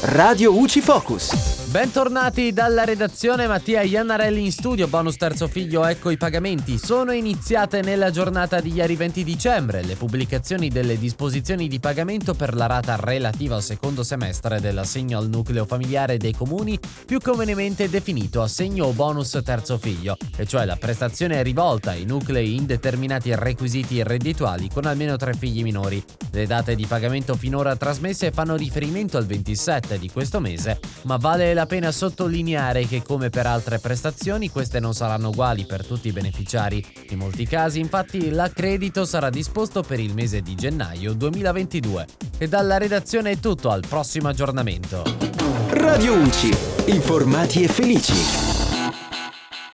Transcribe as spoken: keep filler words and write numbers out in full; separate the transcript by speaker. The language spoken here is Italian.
Speaker 1: Radio U C I Focus.
Speaker 2: Bentornati dalla redazione, Mattia Iannarelli in studio. Bonus terzo figlio, ecco i pagamenti. Sono iniziate nella giornata di ieri venti dicembre le pubblicazioni delle disposizioni di pagamento per la rata relativa al secondo semestre dell'assegno al nucleo familiare dei comuni, più comunemente definito assegno o bonus terzo figlio, e cioè la prestazione rivolta ai nuclei in determinati requisiti reddituali con almeno tre figli minori. Le date di pagamento finora trasmesse fanno riferimento al ventisette di questo mese, ma vale la pena sottolineare che, come per altre prestazioni, queste non saranno uguali per tutti i beneficiari. In molti casi, infatti, l'accredito sarà disposto per il mese di gennaio duemilaventidue. E dalla redazione è tutto, al prossimo aggiornamento.
Speaker 1: Radio U C I, informati e felici.